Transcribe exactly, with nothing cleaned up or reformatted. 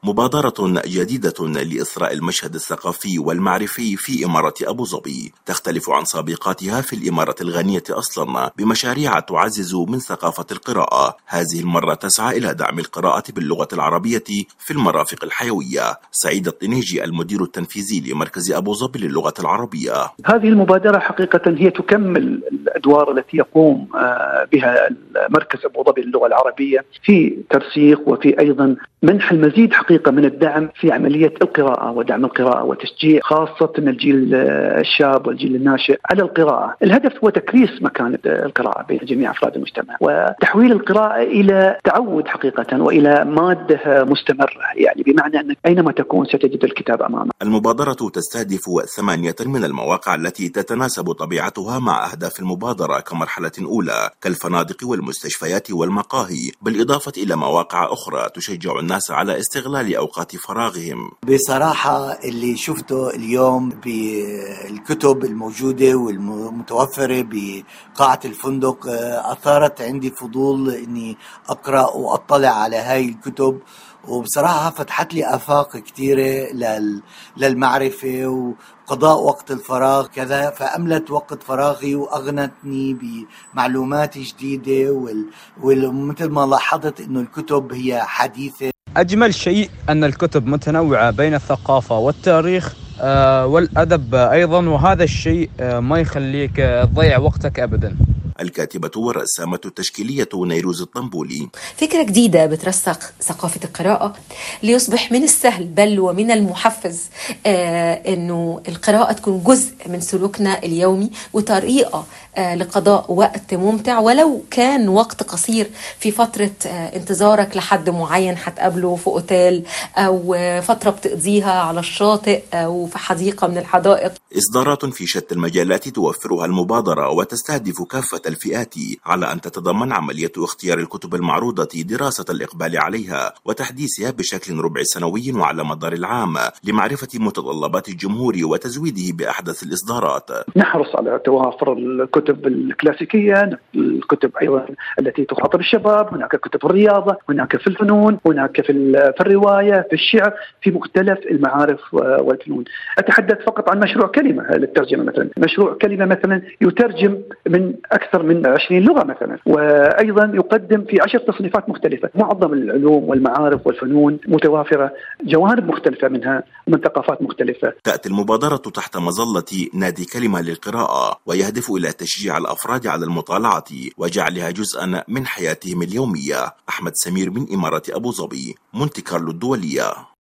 مبادرة جديدة لإثراء المشهد الثقافي والمعرفي في إمارة أبو ظبي، تختلف عن سابقاتها في الإمارة الغنية أصلا بمشاريع تعزز من ثقافة القراءة. هذه المرة تسعى إلى دعم القراءة باللغة العربية في المرافق الحيوية. سعيد الطنيجي المدير التنفيذي لمركز أبو ظبي للغة العربية: هذه المبادرة حقيقة هي تكمل الأدوار التي يقوم بها مركز أبو ظبي للغة العربية في ترسيخ وفي أيضا منح المزيد حقيقة من الدعم في عملية القراءة ودعم القراءة وتشجيع خاصة الجيل الشاب والجيل الناشئ على القراءة. الهدف هو تكريس مكانة القراءة بين جميع أفراد المجتمع وتحويل القراءة إلى تعود حقيقة وإلى مادة مستمرة، يعني بمعنى أنك أينما تكون ستجد الكتاب أمامك. المبادرة تستهدف ثمانية من المواقع التي تتناسب طبيعتها مع أهداف المبادرة كمرحلة أولى كالفنادق والمستشفيات والمقاهي، بالإضافة إلى مواقع أخرى تشجع الناس على استغلال أوقات فراغهم. بصراحة اللي شفته اليوم بالكتب الموجودة والمتوفرة بقاعة الفندق أثارت عندي فضول إني أقرأ وأطلع على هاي الكتب، وبصراحة فتحت لي آفاق كتيرة للمعرفة وقضاء وقت الفراغ كذا، فأملت وقت فراغي وأغنتني بمعلومات جديدة. ومثل ما لاحظت إنه الكتب هي حديثة. أجمل شيء أن الكتب متنوعة بين الثقافة والتاريخ والأدب أيضا، وهذا الشيء ما يخليك تضيع وقتك أبدا. الكاتبة والرسامة التشكيلية نيروز الطنبولي: فكرة جديدة بترسخ ثقافة القراءة ليصبح من السهل بل ومن المحفز آه أنه القراءة تكون جزء من سلوكنا اليومي وطريقة آه لقضاء وقت ممتع، ولو كان وقت قصير في فترة آه انتظارك لحد معين هتقابله في أوتيل أو آه فترة بتقضيها على الشاطئ أو في حديقة من الحدائق. إصدارات في شتى المجالات توفرها المبادرة وتستهدف كافة الفئات، على أن تتضمن عملية اختيار الكتب المعروضة دراسة الإقبال عليها وتحديثها بشكل ربع سنوي وعلى مدار العام لمعرفة متطلبات الجمهور وتزويده بأحدث الإصدارات. نحرص على توافر الكتب الكلاسيكية، الكتب أيضا التي تخاطب الشباب، هناك كتب الرياضة، هناك في الفنون، هناك في الرواية، في الشعر، في مختلف المعارف والفنون. أتحدث فقط عن مشروع كلمة للترجمة مثلا، مشروع كلمة مثلا يترجم من أكثر من عشرين لغة مثلا، وأيضا يقدم في عشر تصنيفات مختلفة. معظم العلوم والمعارف والفنون متوافرة، جوانب مختلفة منها من ثقافات مختلفة. تأتي المبادرة تحت مظلة نادي كلمة للقراءة، ويهدف إلى تشجيع الأفراد على المطالعة وجعلها جزءا من حياتهم اليومية. أحمد سمير من إمارة أبو ظبي، مونتي كارلو الدولية.